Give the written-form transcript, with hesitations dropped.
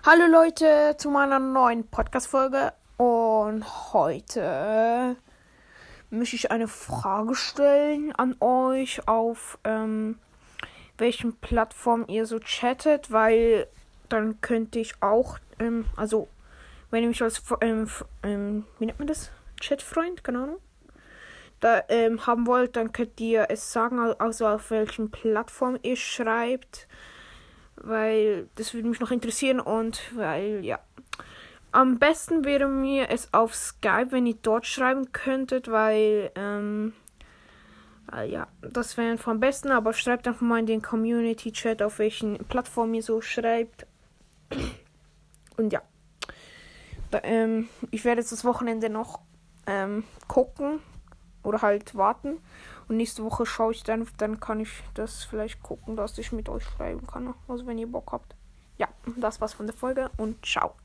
Hallo Leute zu meiner neuen Podcast-Folge und heute möchte ich eine Frage stellen an euch, auf welchen Plattformen ihr so chattet, weil dann könnte ich auch, also wenn ihr mich als, wie nennt man das? Chatfreund, keine Ahnung, da haben wollt, dann könnt ihr es sagen, also auf welchen Plattformen ihr schreibt. Weil das würde mich noch interessieren und weil, ja. Am besten wäre mir es auf Skype, wenn ihr dort schreiben könntet, weil, ja, das wäre einfach am besten. Aber schreibt einfach mal in den Community-Chat, auf welchen Plattformen ihr so schreibt. Und ja. Ich werde jetzt das Wochenende noch gucken oder halt warten. Und nächste Woche schaue ich dann kann ich das vielleicht gucken, dass ich mit euch schreiben kann. Also wenn ihr Bock habt. Ja, das war's von der Folge und ciao.